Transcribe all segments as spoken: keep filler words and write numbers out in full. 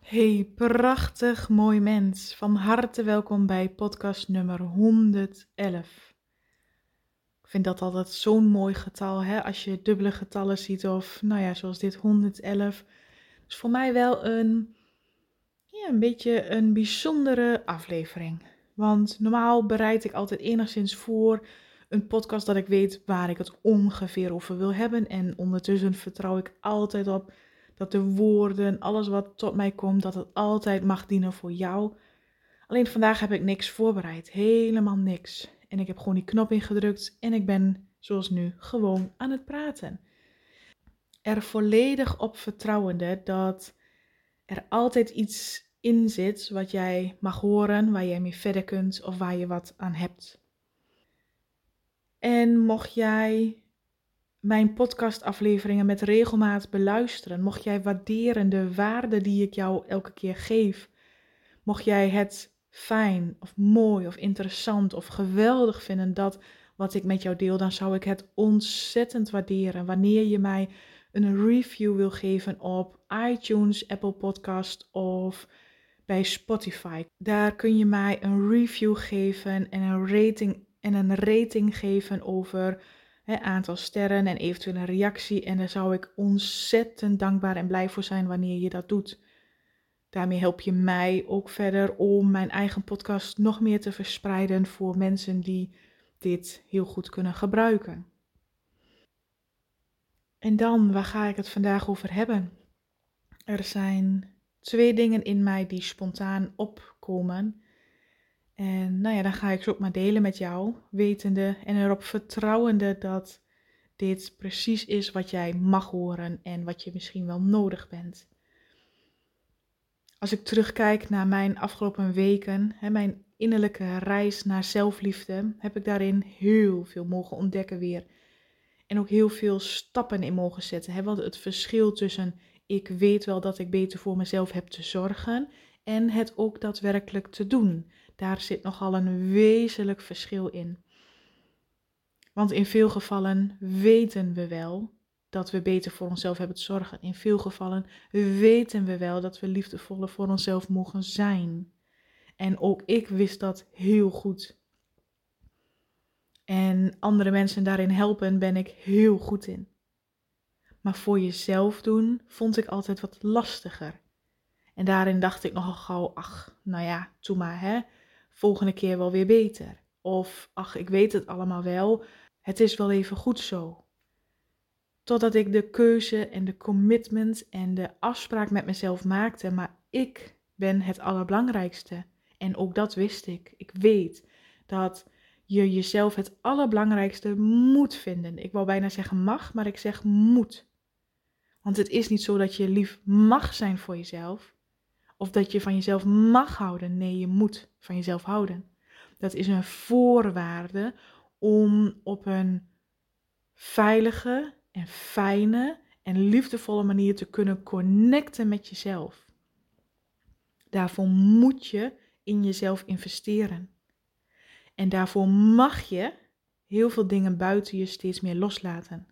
Hey, prachtig mooi mens. Van harte welkom bij podcast nummer honderdelf. Ik vind dat altijd zo'n mooi getal, hè? Als je dubbele getallen ziet of, nou ja, zoals dit honderdelf. Dus voor mij wel een, ja, een beetje een bijzondere aflevering. Want normaal bereid ik altijd enigszins voor een podcast dat ik weet waar ik het ongeveer over wil hebben. En ondertussen vertrouw ik altijd op dat de woorden, alles wat tot mij komt, dat het altijd mag dienen voor jou. Alleen vandaag heb ik niks voorbereid, helemaal niks. En ik heb gewoon die knop ingedrukt en ik ben, zoals nu, gewoon aan het praten. Er volledig op vertrouwende dat er altijd iets in zit wat jij mag horen, waar jij mee verder kunt of waar je wat aan hebt. En mocht jij mijn podcastafleveringen met regelmaat beluisteren, mocht jij waarderen de waarde die ik jou elke keer geef, mocht jij het fijn of mooi of interessant of geweldig vinden dat wat ik met jou deel, dan zou ik het ontzettend waarderen wanneer je mij een review wil geven op iTunes, Apple Podcast of bij Spotify. Daar kun je mij een review geven en een rating, en een rating geven over het aantal sterren en eventueel een reactie. En daar zou ik ontzettend dankbaar en blij voor zijn wanneer je dat doet. Daarmee help je mij ook verder om mijn eigen podcast nog meer te verspreiden voor mensen die dit heel goed kunnen gebruiken. En dan, waar ga ik het vandaag over hebben? Er zijn twee dingen in mij die spontaan opkomen. En nou ja, dan ga ik ze ook maar delen met jou, wetende en erop vertrouwende dat dit precies is wat jij mag horen en wat je misschien wel nodig bent. Als ik terugkijk naar mijn afgelopen weken, hè, mijn innerlijke reis naar zelfliefde, heb ik daarin heel veel mogen ontdekken weer. En ook heel veel stappen in mogen zetten. Hè, want het verschil tussen ik weet wel dat ik beter voor mezelf heb te zorgen en het ook daadwerkelijk te doen. Daar zit nogal een wezenlijk verschil in. Want in veel gevallen weten we wel dat we beter voor onszelf hebben te zorgen. In veel gevallen weten we wel dat we liefdevoller voor onszelf mogen zijn. En ook ik wist dat heel goed. En andere mensen daarin helpen ben ik heel goed in. Maar voor jezelf doen vond ik altijd wat lastiger. En daarin dacht ik nogal gauw, ach, nou ja, doe maar hè, volgende keer wel weer beter. Of, ach, ik weet het allemaal wel, het is wel even goed zo. Totdat ik de keuze en de commitment en de afspraak met mezelf maakte, maar ik ben het allerbelangrijkste. En ook dat wist ik. Ik weet dat je jezelf het allerbelangrijkste moet vinden. Ik wou bijna zeggen mag, maar ik zeg moet. Want het is niet zo dat je lief mag zijn voor jezelf. Of dat je van jezelf mag houden. Nee, je moet van jezelf houden. Dat is een voorwaarde om op een veilige en fijne en liefdevolle manier te kunnen connecten met jezelf. Daarvoor moet je in jezelf investeren. En daarvoor mag je heel veel dingen buiten je steeds meer loslaten.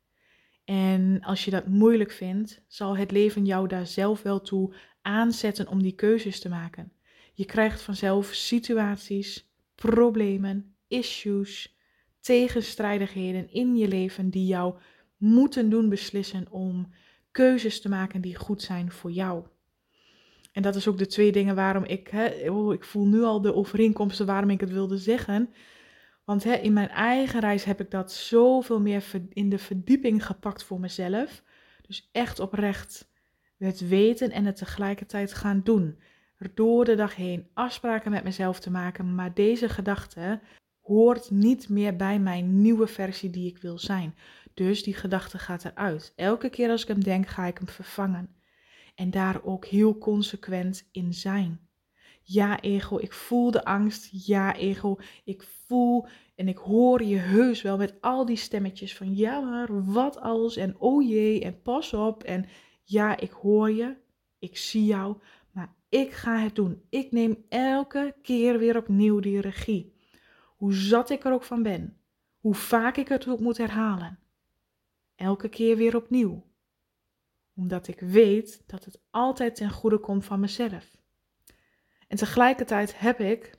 En als je dat moeilijk vindt, zal het leven jou daar zelf wel toe aanzetten om die keuzes te maken. Je krijgt vanzelf situaties, problemen, issues, tegenstrijdigheden in je leven die jou moeten doen beslissen om keuzes te maken die goed zijn voor jou. En dat is ook de twee dingen waarom ik, hè, oh, ik voel nu al de overeenkomsten waarom ik het wilde zeggen. Want hè, in mijn eigen reis heb ik dat zoveel meer in de verdieping gepakt voor mezelf. Dus echt oprecht het weten en het tegelijkertijd gaan doen. Door de dag heen afspraken met mezelf te maken. Maar deze gedachte hoort niet meer bij mijn nieuwe versie die ik wil zijn. Dus die gedachte gaat eruit. Elke keer als ik hem denk, ga ik hem vervangen. En daar ook heel consequent in zijn. Ja, ego, ik voel de angst. Ja, ego, ik voel en ik hoor je heus wel met al die stemmetjes van ja, maar wat als en oh jee en pas op. En ja, ik hoor je, ik zie jou, maar ik ga het doen. Ik neem elke keer weer opnieuw die regie. Hoe zat ik er ook van ben. Hoe vaak ik het ook moet herhalen. Elke keer weer opnieuw. Omdat ik weet dat het altijd ten goede komt van mezelf. En tegelijkertijd heb ik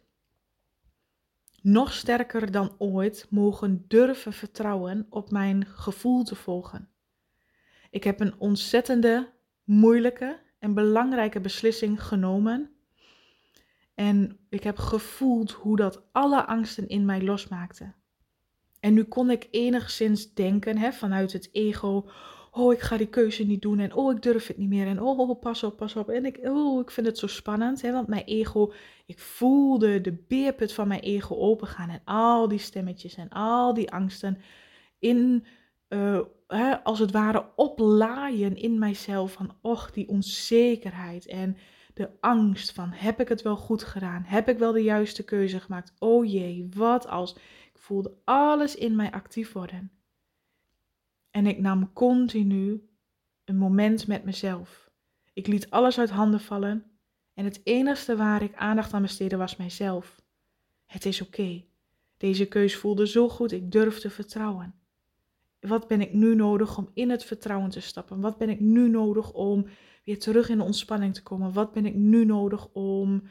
nog sterker dan ooit mogen durven vertrouwen op mijn gevoel te volgen. Ik heb een ontzettende, moeilijke en belangrijke beslissing genomen. En ik heb gevoeld hoe dat alle angsten in mij losmaakte. En nu kon ik enigszins denken, hè, vanuit het ego, oh, ik ga die keuze niet doen en oh, ik durf het niet meer en oh, oh, pas op, pas op. En ik, oh, ik vind het zo spannend, hè, want mijn ego, ik voelde de beerput van mijn ego opengaan en al die stemmetjes en al die angsten in, uh, hè, als het ware oplaaien in mijzelf van, och, die onzekerheid en de angst van, heb ik het wel goed gedaan? Heb ik wel de juiste keuze gemaakt? Oh jee, wat als... Ik voelde alles in mij actief worden. En ik nam continu een moment met mezelf. Ik liet alles uit handen vallen. En het enige waar ik aandacht aan besteedde was mijzelf. Het is oké. Okay. Deze keus voelde zo goed, ik durfde vertrouwen. Wat ben ik nu nodig om in het vertrouwen te stappen? Wat ben ik nu nodig om weer terug in de ontspanning te komen? Wat ben ik nu nodig om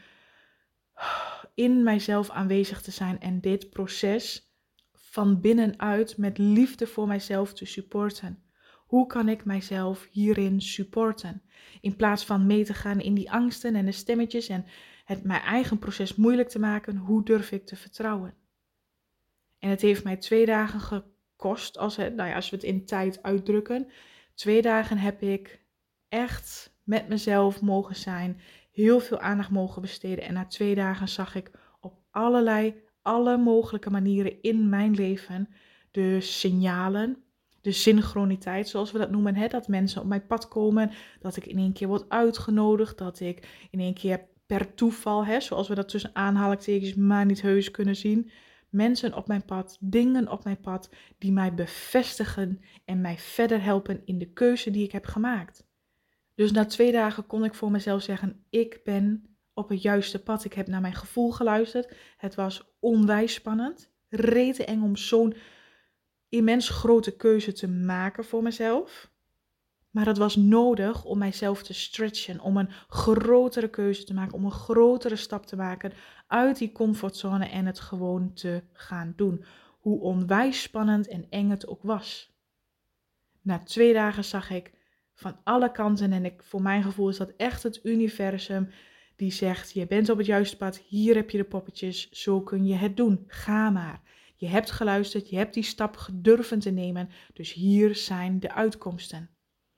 in mijzelf aanwezig te zijn en dit proces van binnenuit met liefde voor mijzelf te supporten? Hoe kan ik mijzelf hierin supporten? In plaats van mee te gaan in die angsten en de stemmetjes en het mijn eigen proces moeilijk te maken, hoe durf ik te vertrouwen? En het heeft mij twee dagen gekost, als, het, nou ja, als we het in tijd uitdrukken. Twee dagen heb ik echt met mezelf mogen zijn, heel veel aandacht mogen besteden. En na twee dagen zag ik op allerlei, alle mogelijke manieren in mijn leven de signalen, de synchroniteit zoals we dat noemen. Hè? Dat mensen op mijn pad komen, dat ik in één keer word uitgenodigd, dat ik in één keer per toeval, hè, zoals we dat tussen aanhalingstekens maar niet heus kunnen zien, mensen op mijn pad, dingen op mijn pad die mij bevestigen en mij verder helpen in de keuze die ik heb gemaakt. Dus na twee dagen kon ik voor mezelf zeggen, ik ben op het juiste pad. Ik heb naar mijn gevoel geluisterd. Het was onwijs spannend. Rete eng om zo'n immens grote keuze te maken voor mezelf. Maar het was nodig om mijzelf te stretchen, om een grotere keuze te maken, om een grotere stap te maken uit die comfortzone en het gewoon te gaan doen. Hoe onwijs spannend en eng het ook was. Na twee dagen zag ik van alle kanten, en ik, voor mijn gevoel is dat echt het universum die zegt, je bent op het juiste pad, hier heb je de poppetjes, zo kun je het doen, ga maar. Je hebt geluisterd, je hebt die stap gedurven te nemen, dus hier zijn de uitkomsten.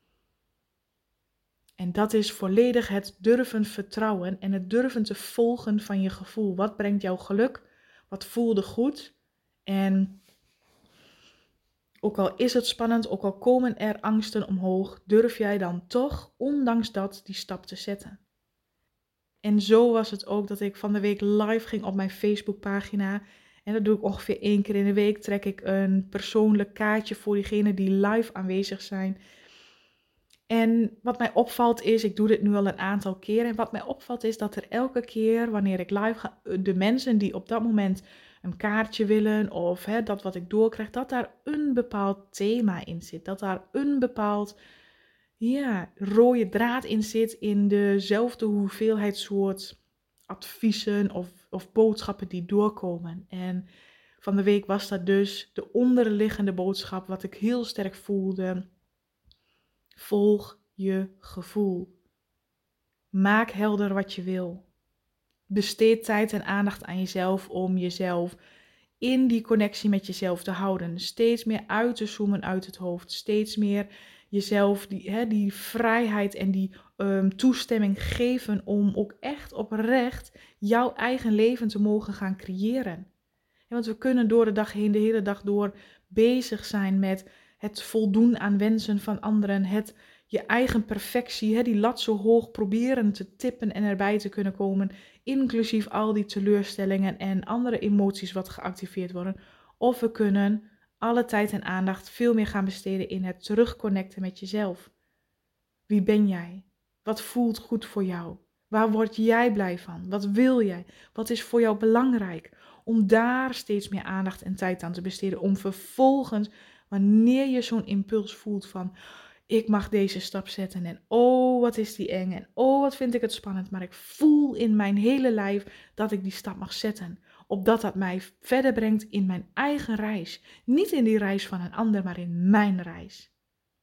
En dat is volledig het durven vertrouwen en het durven te volgen van je gevoel. Wat brengt jou geluk? Wat voelde goed? En ook al is het spannend, ook al komen er angsten omhoog, durf jij dan toch, ondanks dat, die stap te zetten. En zo was het ook dat ik van de week live ging op mijn Facebookpagina. En dat doe ik ongeveer één keer in de week. Trek ik een persoonlijk kaartje voor diegenen die live aanwezig zijn. En wat mij opvalt is, ik doe dit nu al een aantal keer. En wat mij opvalt is dat er elke keer wanneer ik live ga, de mensen die op dat moment een kaartje willen of hè, dat wat ik doorkrijg, dat daar een bepaald thema in zit. Dat daar een bepaald ja, rode draad in zit in dezelfde hoeveelheid soort adviezen of, of boodschappen die doorkomen. En van de week was dat dus de onderliggende boodschap wat ik heel sterk voelde. Volg je gevoel. Maak helder wat je wil. Besteed tijd en aandacht aan jezelf om jezelf in die connectie met jezelf te houden. Steeds meer uit te zoomen uit het hoofd. Steeds meer jezelf die, hè, die vrijheid en die um, toestemming geven om ook echt oprecht jouw eigen leven te mogen gaan creëren. Ja, want we kunnen door de dag heen, de hele dag door bezig zijn met het voldoen aan wensen van anderen. Het je eigen perfectie, hè, die lat zo hoog proberen te tippen en erbij te kunnen komen. Inclusief al die teleurstellingen en andere emoties wat geactiveerd worden. Of we kunnen alle tijd en aandacht veel meer gaan besteden in het terugconnecten met jezelf. Wie ben jij? Wat voelt goed voor jou? Waar word jij blij van? Wat wil jij? Wat is voor jou belangrijk? Om daar steeds meer aandacht en tijd aan te besteden. Om vervolgens, wanneer je zo'n impuls voelt van, ik mag deze stap zetten en oh wat is die eng en oh wat vind ik het spannend. Maar ik voel in mijn hele lijf dat ik die stap mag zetten. Opdat dat mij verder brengt in mijn eigen reis. Niet in die reis van een ander, maar in mijn reis.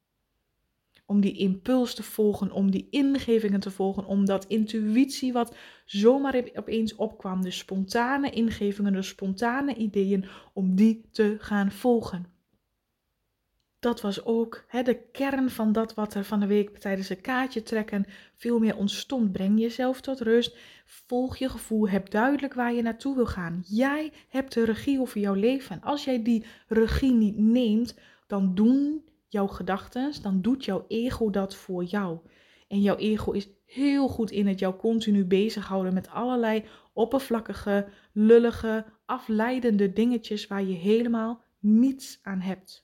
Om die impuls te volgen, om die ingevingen te volgen, om dat intuïtie wat zomaar opeens opkwam, de spontane ingevingen, de spontane ideeën, om die te gaan volgen. Dat was ook hè, de kern van dat wat er van de week tijdens het kaartje trekken veel meer ontstond. Breng jezelf tot rust, volg je gevoel, heb duidelijk waar je naartoe wil gaan. Jij hebt de regie over jouw leven. Als jij die regie niet neemt, dan doen jouw gedachten, dan doet jouw ego dat voor jou. En jouw ego is heel goed in het jou continu bezighouden met allerlei oppervlakkige, lullige, afleidende dingetjes waar je helemaal niets aan hebt.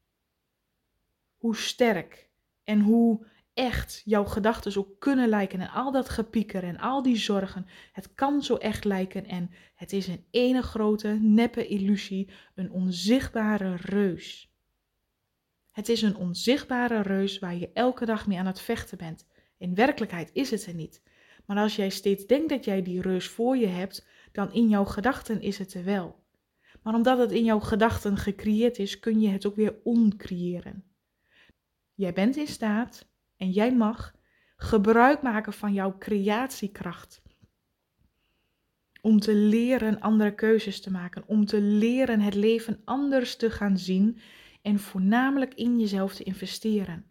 Hoe sterk en hoe echt jouw gedachten ook kunnen lijken en al dat gepieker en al die zorgen. Het kan zo echt lijken en het is een ene grote neppe illusie, een onzichtbare reus. Het is een onzichtbare reus waar je elke dag mee aan het vechten bent. In werkelijkheid is het er niet. Maar als jij steeds denkt dat jij die reus voor je hebt, dan in jouw gedachten is het er wel. Maar omdat het in jouw gedachten gecreëerd is, kun je het ook weer oncreëren. Jij bent in staat en jij mag gebruik maken van jouw creatiekracht. Om te leren andere keuzes te maken. Om te leren het leven anders te gaan zien. En voornamelijk in jezelf te investeren.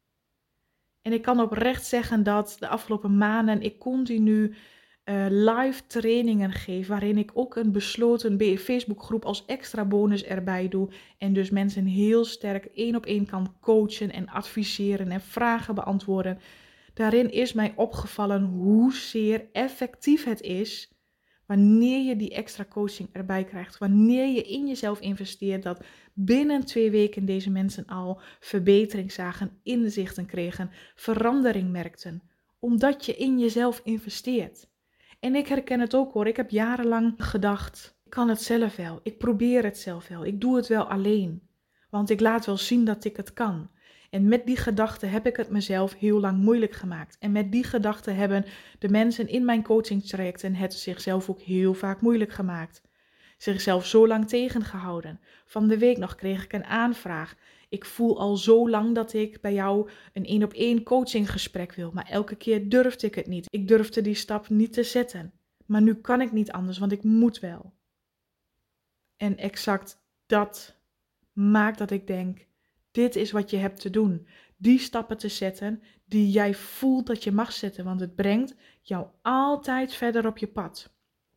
En ik kan oprecht zeggen dat de afgelopen maanden ik continu uh, live trainingen geef. Waarin ik ook een besloten Facebookgroep als extra bonus erbij doe. En dus mensen heel sterk één op één kan coachen en adviseren en vragen beantwoorden. Daarin is mij opgevallen hoezeer effectief het is wanneer je die extra coaching erbij krijgt. Wanneer je in jezelf investeert, dat binnen twee weken deze mensen al verbetering zagen, inzichten kregen, verandering merkten. Omdat je in jezelf investeert. En ik herken het ook hoor. Ik heb jarenlang gedacht, ik kan het zelf wel. Ik probeer het zelf wel. Ik doe het wel alleen. Want ik laat wel zien dat ik het kan. En met die gedachten heb ik het mezelf heel lang moeilijk gemaakt. En met die gedachten hebben de mensen in mijn coachingstrajecten het zichzelf ook heel vaak moeilijk gemaakt. Zichzelf zo lang tegengehouden. Van de week nog kreeg ik een aanvraag. Ik voel al zo lang dat ik bij jou een één op één coachinggesprek wil. Maar elke keer durfde ik het niet. Ik durfde die stap niet te zetten. Maar nu kan ik niet anders, want ik moet wel. En exact dat maakt dat ik denk, dit is wat je hebt te doen. Die stappen te zetten die jij voelt dat je mag zetten. Want het brengt jou altijd verder op je pad.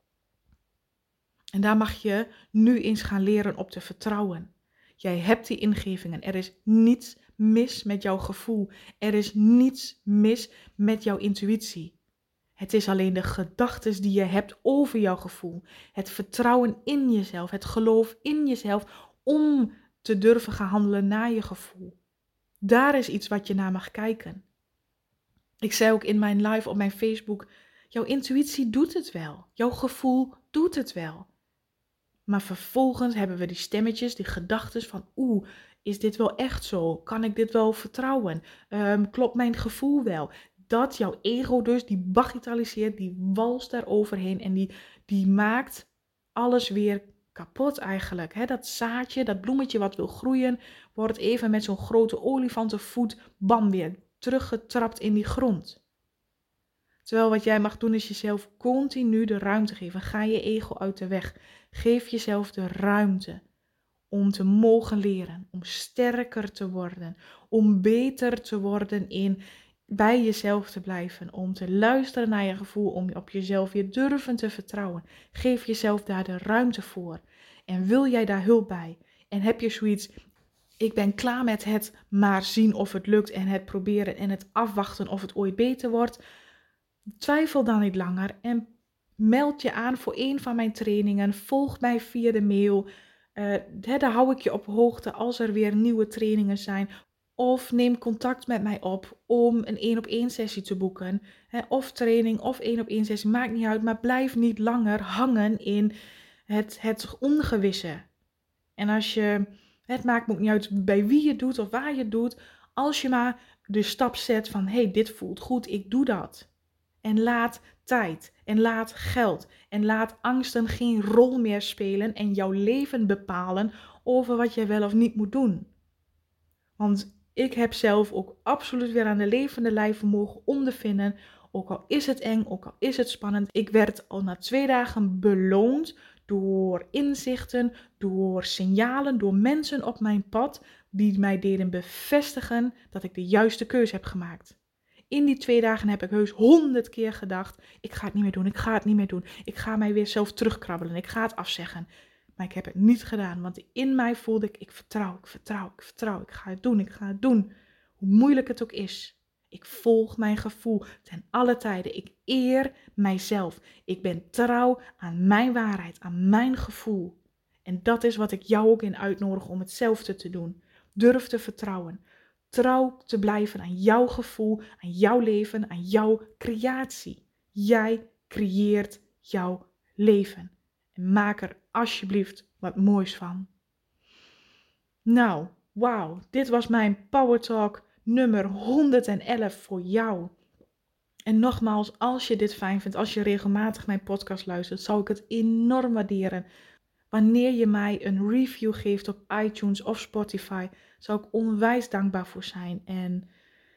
En daar mag je nu eens gaan leren op te vertrouwen. Jij hebt die ingevingen. Er is niets mis met jouw gevoel. Er is niets mis met jouw intuïtie. Het is alleen de gedachten die je hebt over jouw gevoel. Het vertrouwen in jezelf. Het geloof in jezelf om te durven gaan handelen naar je gevoel. Daar is iets wat je naar mag kijken. Ik zei ook in mijn live op mijn Facebook, jouw intuïtie doet het wel. Jouw gevoel doet het wel. Maar vervolgens hebben we die stemmetjes, die gedachten van, oeh, is dit wel echt zo? Kan ik dit wel vertrouwen? Um, klopt mijn gevoel wel? Dat jouw ego dus, die bagatelliseert, die walst daar overheen en die, die maakt alles weer kapot eigenlijk. Hè? Dat zaadje, dat bloemetje wat wil groeien, wordt even met zo'n grote olifantenvoet, bam, weer teruggetrapt in die grond. Terwijl wat jij mag doen is jezelf continu de ruimte geven. Ga je ego uit de weg. Geef jezelf de ruimte om te mogen leren, om sterker te worden, om beter te worden in bij jezelf te blijven, om te luisteren naar je gevoel, om op jezelf weer durven te vertrouwen. Geef jezelf daar de ruimte voor. En wil jij daar hulp bij? En heb je zoiets, ik ben klaar met het maar zien of het lukt en het proberen en het afwachten of het ooit beter wordt. Twijfel dan niet langer en meld je aan voor een van mijn trainingen. Volg mij via de mail. Uh, daar hou ik je op hoogte als er weer nieuwe trainingen zijn. Of neem contact met mij op om een één op één sessie te boeken. He, of training of één op één sessie, maakt niet uit. Maar blijf niet langer hangen in het, het ongewisse. En als je, het maakt me ook niet uit bij wie je doet of waar je doet. Als je maar de stap zet van, hé, hey, dit voelt goed, ik doe dat. En laat tijd en laat geld en laat angsten geen rol meer spelen en jouw leven bepalen over wat jij wel of niet moet doen. Want ik heb zelf ook absoluut weer aan de levende lijve mogen ondervinden, ook al is het eng, ook al is het spannend. Ik werd al na twee dagen beloond door inzichten, door signalen, door mensen op mijn pad die mij deden bevestigen dat ik de juiste keuze heb gemaakt. In die twee dagen heb ik heus honderd keer gedacht, ik ga het niet meer doen, ik ga het niet meer doen. Ik ga mij weer zelf terugkrabbelen, ik ga het afzeggen. Maar ik heb het niet gedaan, want in mij voelde ik, ik vertrouw, ik vertrouw, ik vertrouw. Ik ga het doen, ik ga het doen. Hoe moeilijk het ook is. Ik volg mijn gevoel ten alle tijden. Ik eer mijzelf. Ik ben trouw aan mijn waarheid, aan mijn gevoel. En dat is wat ik jou ook in uitnodig om hetzelfde te doen. Durf te vertrouwen. Trouw te blijven aan jouw gevoel, aan jouw leven, aan jouw creatie. Jij creëert jouw leven. En maak er alsjeblieft wat moois van. Nou, wauw, dit was mijn Power Talk nummer honderdelf voor jou. En nogmaals, als je dit fijn vindt, als je regelmatig mijn podcast luistert, zou ik het enorm waarderen. Wanneer je mij een review geeft op iTunes of Spotify, zou ik onwijs dankbaar voor zijn. En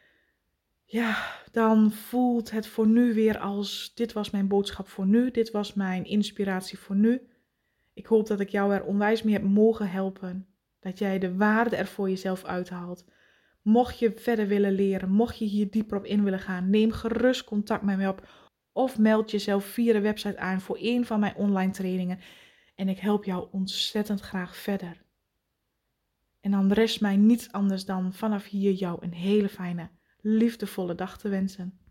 ja, dan voelt het voor nu weer als, dit was mijn boodschap voor nu, dit was mijn inspiratie voor nu. Ik hoop dat ik jou er onwijs mee heb mogen helpen. Dat jij de waarde er voor jezelf uithaalt. Mocht je verder willen leren, mocht je hier dieper op in willen gaan, neem gerust contact met mij op. Of meld jezelf via de website aan voor een van mijn online trainingen. En ik help jou ontzettend graag verder. En dan rest mij niets anders dan vanaf hier jou een hele fijne, liefdevolle dag te wensen.